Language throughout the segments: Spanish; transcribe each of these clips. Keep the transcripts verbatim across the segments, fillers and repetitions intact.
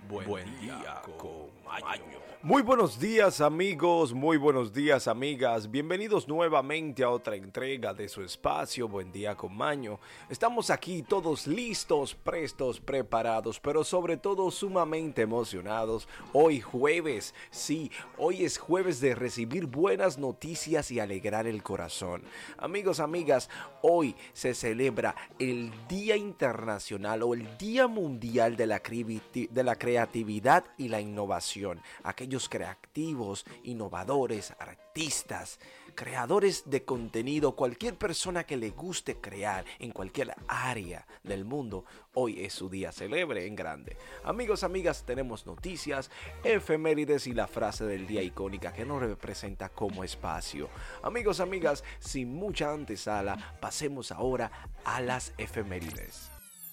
Buen, Buen día, día con Maño. Muy buenos días amigos, muy buenos días amigas, bienvenidos nuevamente a otra entrega de su espacio Buen Día con Maño. Estamos aquí todos listos, prestos, preparados, pero sobre todo sumamente emocionados. Hoy jueves, sí, hoy es jueves de recibir buenas noticias y alegrar el corazón. Amigos, amigas, hoy se celebra el Día Internacional o el Día Mundial de la, de la Creatividad y la Innovación. Aquellos creativos, innovadores, artistas, creadores de contenido, cualquier persona que le guste crear en cualquier área del mundo, hoy es su día, celebre en grande. Amigos, amigas, tenemos noticias, efemérides y la frase del día icónica que nos representa como espacio. Amigos, amigas, sin mucha antesala, pasemos ahora a las efemérides.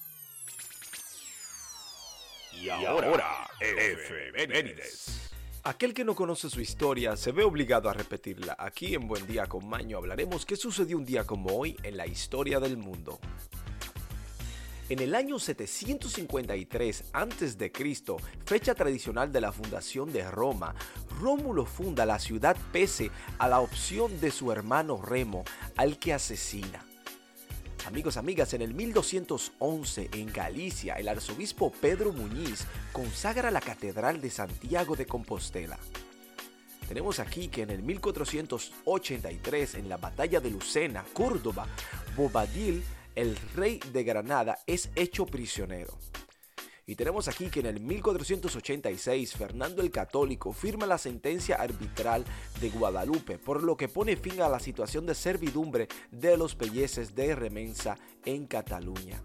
Y ahora, efemérides. Aquel que no conoce su historia se ve obligado a repetirla. Aquí en Buen Día con Maño hablaremos qué sucedió un día como hoy en la historia del mundo. En el año setecientos cincuenta y tres antes de Cristo, fecha tradicional de la fundación de Roma, Rómulo funda la ciudad pese a la opción de su hermano Remo, al que asesina. Amigos, amigas, en el mil doscientos once en Galicia, el arzobispo Pedro Muñiz consagra la Catedral de Santiago de Compostela. Tenemos aquí que en el mil cuatrocientos ochenta y tres, en la batalla de Lucena, Córdoba, Bobadil, el rey de Granada, es hecho prisionero. Y tenemos aquí que en el mil cuatrocientos ochenta y seis, Fernando el Católico firma la sentencia arbitral de Guadalupe, por lo que pone fin a la situación de servidumbre de los pelleces de Remensa en Cataluña.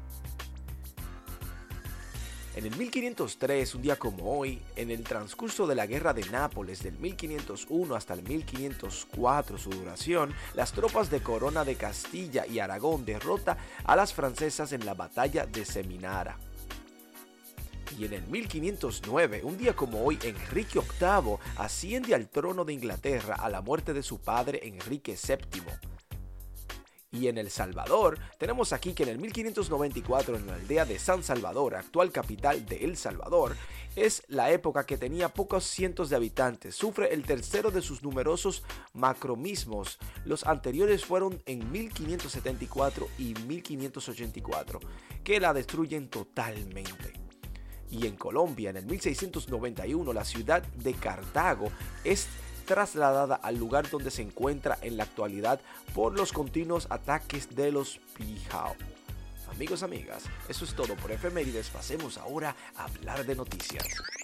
En el mil quinientos tres, un día como hoy, en el transcurso de la Guerra de Nápoles del mil quinientos uno hasta el mil quinientos cuatro, su duración, las tropas de Corona de Castilla y Aragón derrota a las francesas en la batalla de Seminara. Y en el mil quinientos nueve, un día como hoy, Enrique octavo asciende al trono de Inglaterra a la muerte de su padre Enrique séptimo. Y en El Salvador, tenemos aquí que en el mil quinientos noventa y cuatro, en la aldea de San Salvador, actual capital de El Salvador, es la época que tenía pocos cientos de habitantes. Sufre el tercero de sus numerosos macromismos. Los anteriores fueron en mil quinientos setenta y cuatro y mil quinientos ochenta y cuatro, que la destruyen totalmente. Y en Colombia, en el mil seiscientos noventa y uno, la ciudad de Cartago es trasladada al lugar donde se encuentra en la actualidad por los continuos ataques de los Pijao. Amigos, amigas, eso es todo por efemérides. Pasemos ahora a hablar de noticias.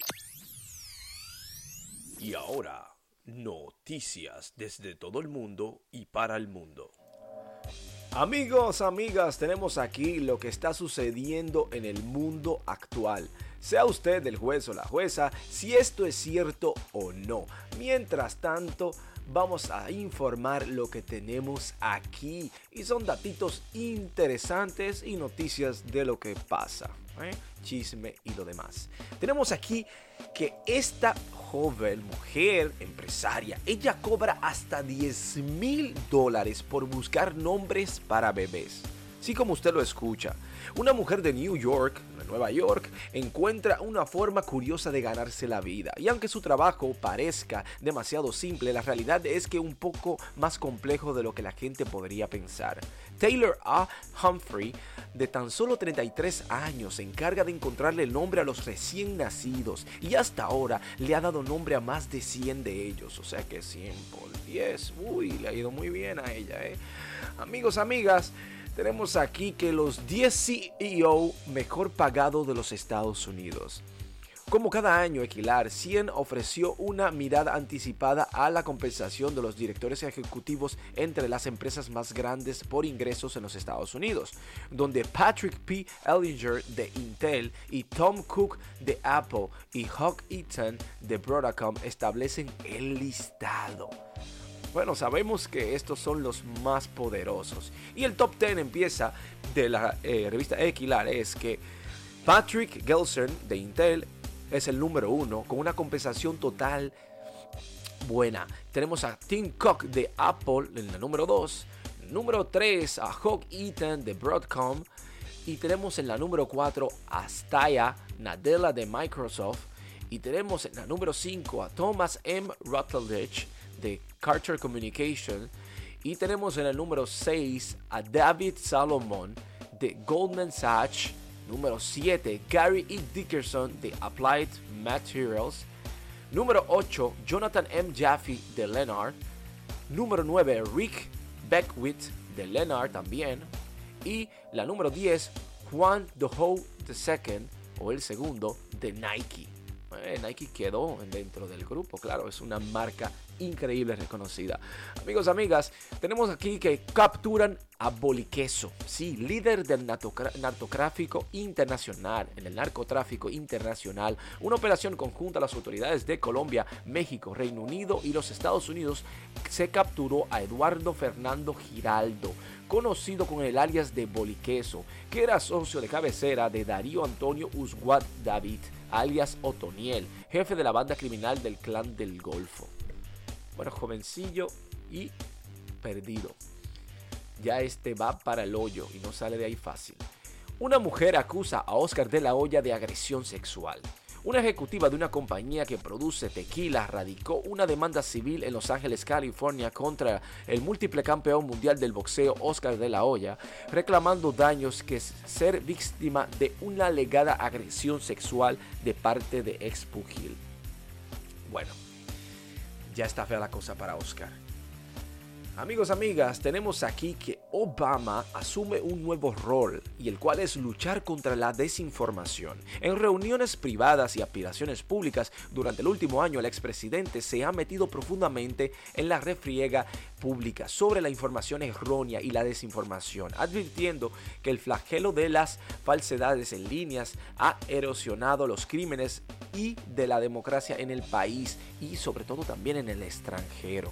Y ahora, noticias desde todo el mundo y para el mundo. Amigos, amigas, tenemos aquí lo que está sucediendo en el mundo actual. Sea usted el juez o la jueza si esto es cierto o no. Mientras tanto, vamos a informar lo que tenemos aquí. Y son datitos interesantes y noticias de lo que pasa. ¿eh? Chisme y lo demás. Tenemos aquí que esta joven mujer empresaria, ella cobra hasta diez mil dólares por buscar nombres para bebés. Sí, como usted lo escucha, una mujer de New York, de Nueva York, encuentra una forma curiosa de ganarse la vida. Y aunque su trabajo parezca demasiado simple, la realidad es que un poco más complejo de lo que la gente podría pensar. Taylor A. Humphrey, de tan solo treinta y tres años, se encarga de encontrarle nombre a los recién nacidos y hasta ahora le ha dado nombre a más de cien de ellos. O sea que cien por diez, uy, le ha ido muy bien a ella, ¿eh? Amigos, amigas, tenemos aquí que los diez C E O mejor pagados de los Estados Unidos. Como cada año, Equilar cien ofreció una mirada anticipada a la compensación de los directores ejecutivos entre las empresas más grandes por ingresos en los Estados Unidos, donde Patrick P. Ellinger de Intel y Tom Cook de Apple y Hawk Eaton de Broadcom establecen el listado. Bueno, sabemos que estos son los más poderosos. Y el top diez empieza de la eh, revista Equilar. Es que Patrick Gelsen de Intel es el número uno con una compensación total buena. Tenemos a Tim Cook de Apple en la número dos. Número tres a Hawk Eaton de Broadcom. Y tenemos en la número cuatro a Satya Nadella de Microsoft. Y tenemos en la número cinco a Thomas M. Rutledge de Carter Communication. Y tenemos en el número seis a David Salomon de Goldman Sachs. Número siete, Gary E. Dickerson de Applied Materials. Número ocho, Jonathan M. Jaffe de Lennard. Número nueve, Rick Beckwith de Lennard también. Y la número diez, Juan Doho segundo o el segundo de Nike. Eh, Nike quedó dentro del grupo, claro, es una marca increíble, reconocida. Amigos, amigas, tenemos aquí que capturan a Boliqueso, sí, líder del narcotráfico internacional, en el narcotráfico internacional, una operación conjunta a las autoridades de Colombia, México, Reino Unido y los Estados Unidos. Se capturó a Eduardo Fernando Giraldo, conocido con el alias de Boliqueso, que era socio de cabecera de Darío Antonio Usguad David, alias Otoniel, jefe de la banda criminal del Clan del Golfo. Bueno, jovencillo y perdido. Ya este va para el hoyo y no sale de ahí fácil. Una mujer acusa a Oscar de la Hoya de agresión sexual. Una ejecutiva de una compañía que produce tequila radicó una demanda civil en Los Ángeles, California, contra el múltiple campeón mundial del boxeo Oscar de la Hoya, reclamando daños que es ser víctima de una alegada agresión sexual de parte de ex pugil. Bueno, ya está fea la cosa para Oscar. Amigos, amigas, tenemos aquí que Obama asume un nuevo rol, y el cual es luchar contra la desinformación. En reuniones privadas y aspiraciones públicas durante el último año, el expresidente se ha metido profundamente en la refriega pública sobre la información errónea y la desinformación, advirtiendo que el flagelo de las falsedades en líneas ha erosionado los crímenes y de la democracia en el país y sobre todo también en el extranjero.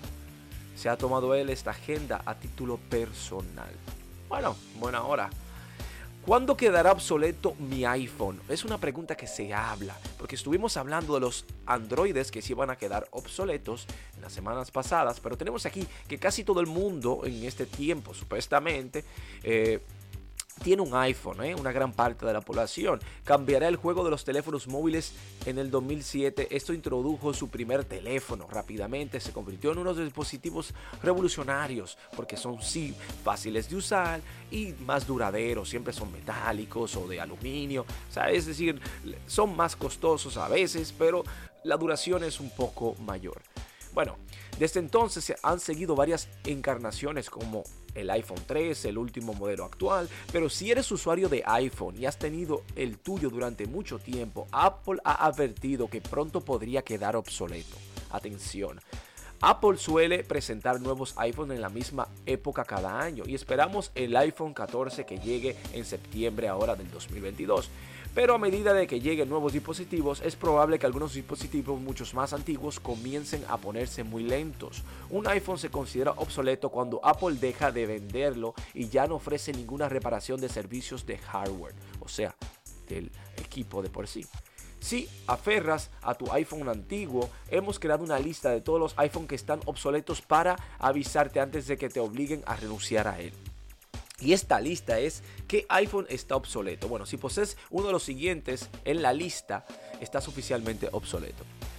Se ha tomado él esta agenda a título personal. Bueno, buena hora. ¿Cuándo quedará obsoleto mi iPhone? Es una pregunta que se habla, porque estuvimos hablando de los androides que se iban a quedar obsoletos en las semanas pasadas, pero tenemos aquí que casi todo el mundo en este tiempo, supuestamente, eh, tiene un iPhone, ¿eh? Una gran parte de la población. Cambiará el juego de los teléfonos móviles en el dos mil siete. Esto introdujo su primer teléfono. Rápidamente se convirtió en unos dispositivos revolucionarios porque son sí fáciles de usar y más duraderos. Siempre son metálicos o de aluminio. O sea, es decir, son más costosos a veces, pero la duración es un poco mayor. Bueno, desde entonces se han seguido varias encarnaciones como el iPhone trece, el último modelo actual, pero si eres usuario de iPhone y has tenido el tuyo durante mucho tiempo, Apple ha advertido que pronto podría quedar obsoleto. Atención. Apple suele presentar nuevos iPhones en la misma época cada año y esperamos el iPhone catorce que llegue en septiembre ahora del dos mil veintidós. Pero a medida de que lleguen nuevos dispositivos, es probable que algunos dispositivos muchos más antiguos comiencen a ponerse muy lentos. Un iPhone se considera obsoleto cuando Apple deja de venderlo y ya no ofrece ninguna reparación de servicios de hardware, o sea, del equipo de por sí. Si aferras a tu iPhone antiguo, hemos creado una lista de todos los iPhone que están obsoletos para avisarte antes de que te obliguen a renunciar a él. Y esta lista es ¿qué iPhone está obsoleto? Bueno, si posees uno de los siguientes en la lista, estás oficialmente obsoleto.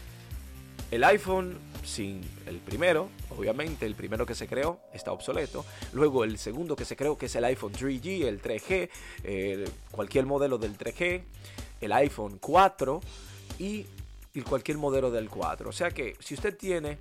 El iPhone sin el primero, obviamente el primero que se creó está obsoleto. Luego el segundo que se creó, que es el iPhone tres G, el tres G, eh, cualquier modelo del tres G, el iPhone cuatro y, y cualquier modelo del cuatro. O sea que si usted tiene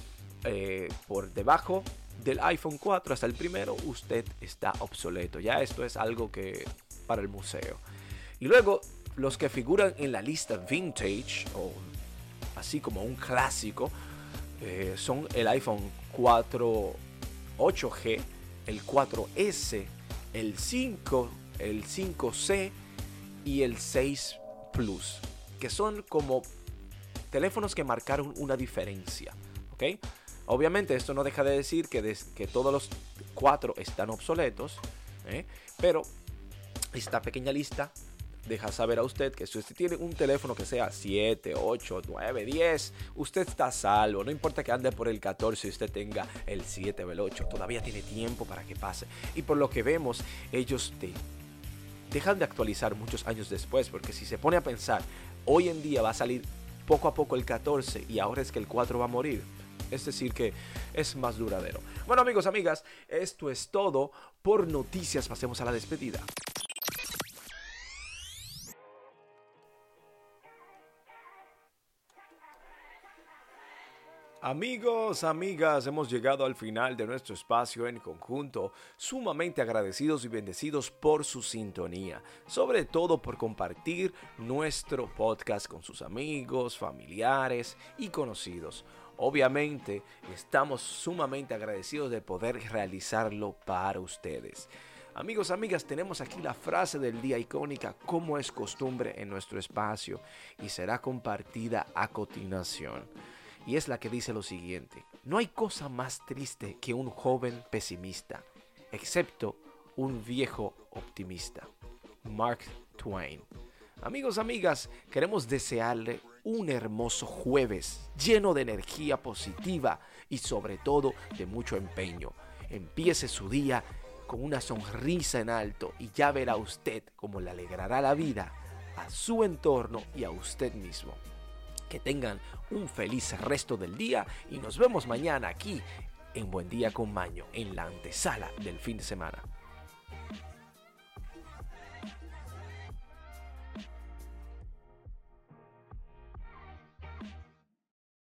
eh, por debajo del iPhone cuatro hasta el primero, usted está obsoleto. Ya esto es algo que para el museo. Y luego los que figuran en la lista vintage o así como un clásico eh, son el iPhone cuatro ocho G, el cuatro ese, el cinco, el cinco C y el seis Plus, que son como teléfonos que marcaron una diferencia, ¿ok? Obviamente esto no deja de decir que, des, que todos los cuatro están obsoletos, ¿eh? Pero esta pequeña lista deja saber a usted que si usted tiene un teléfono que sea siete, ocho, nueve, diez, usted está a salvo. No importa que ande por el catorce y usted tenga el siete o el ocho, todavía tiene tiempo para que pase. Y por lo que vemos, ellos te dejan de actualizar muchos años después, porque si se pone a pensar, hoy en día va a salir poco a poco el catorce y ahora es que el cuatro va a morir. Es decir que es más duradero. Bueno, amigos, amigas, esto es todo por noticias. Pasemos a la despedida. Amigos, amigas, hemos llegado al final de nuestro espacio en conjunto, sumamente agradecidos y bendecidos por su sintonía, sobre todo por compartir nuestro podcast con sus amigos, familiares y conocidos. Obviamente, estamos sumamente agradecidos de poder realizarlo para ustedes. Amigos, amigas, tenemos aquí la frase del día icónica, como es costumbre en nuestro espacio, y será compartida a continuación. Y es la que dice lo siguiente: no hay cosa más triste que un joven pesimista, excepto un viejo optimista. Mark Twain. Amigos, amigas, queremos desearle un hermoso jueves lleno de energía positiva y sobre todo de mucho empeño. Empiece su día con una sonrisa en alto y ya verá usted cómo le alegrará la vida a su entorno y a usted mismo. Que tengan un feliz resto del día y nos vemos mañana aquí en Buen Día con Maño, en la antesala del fin de semana.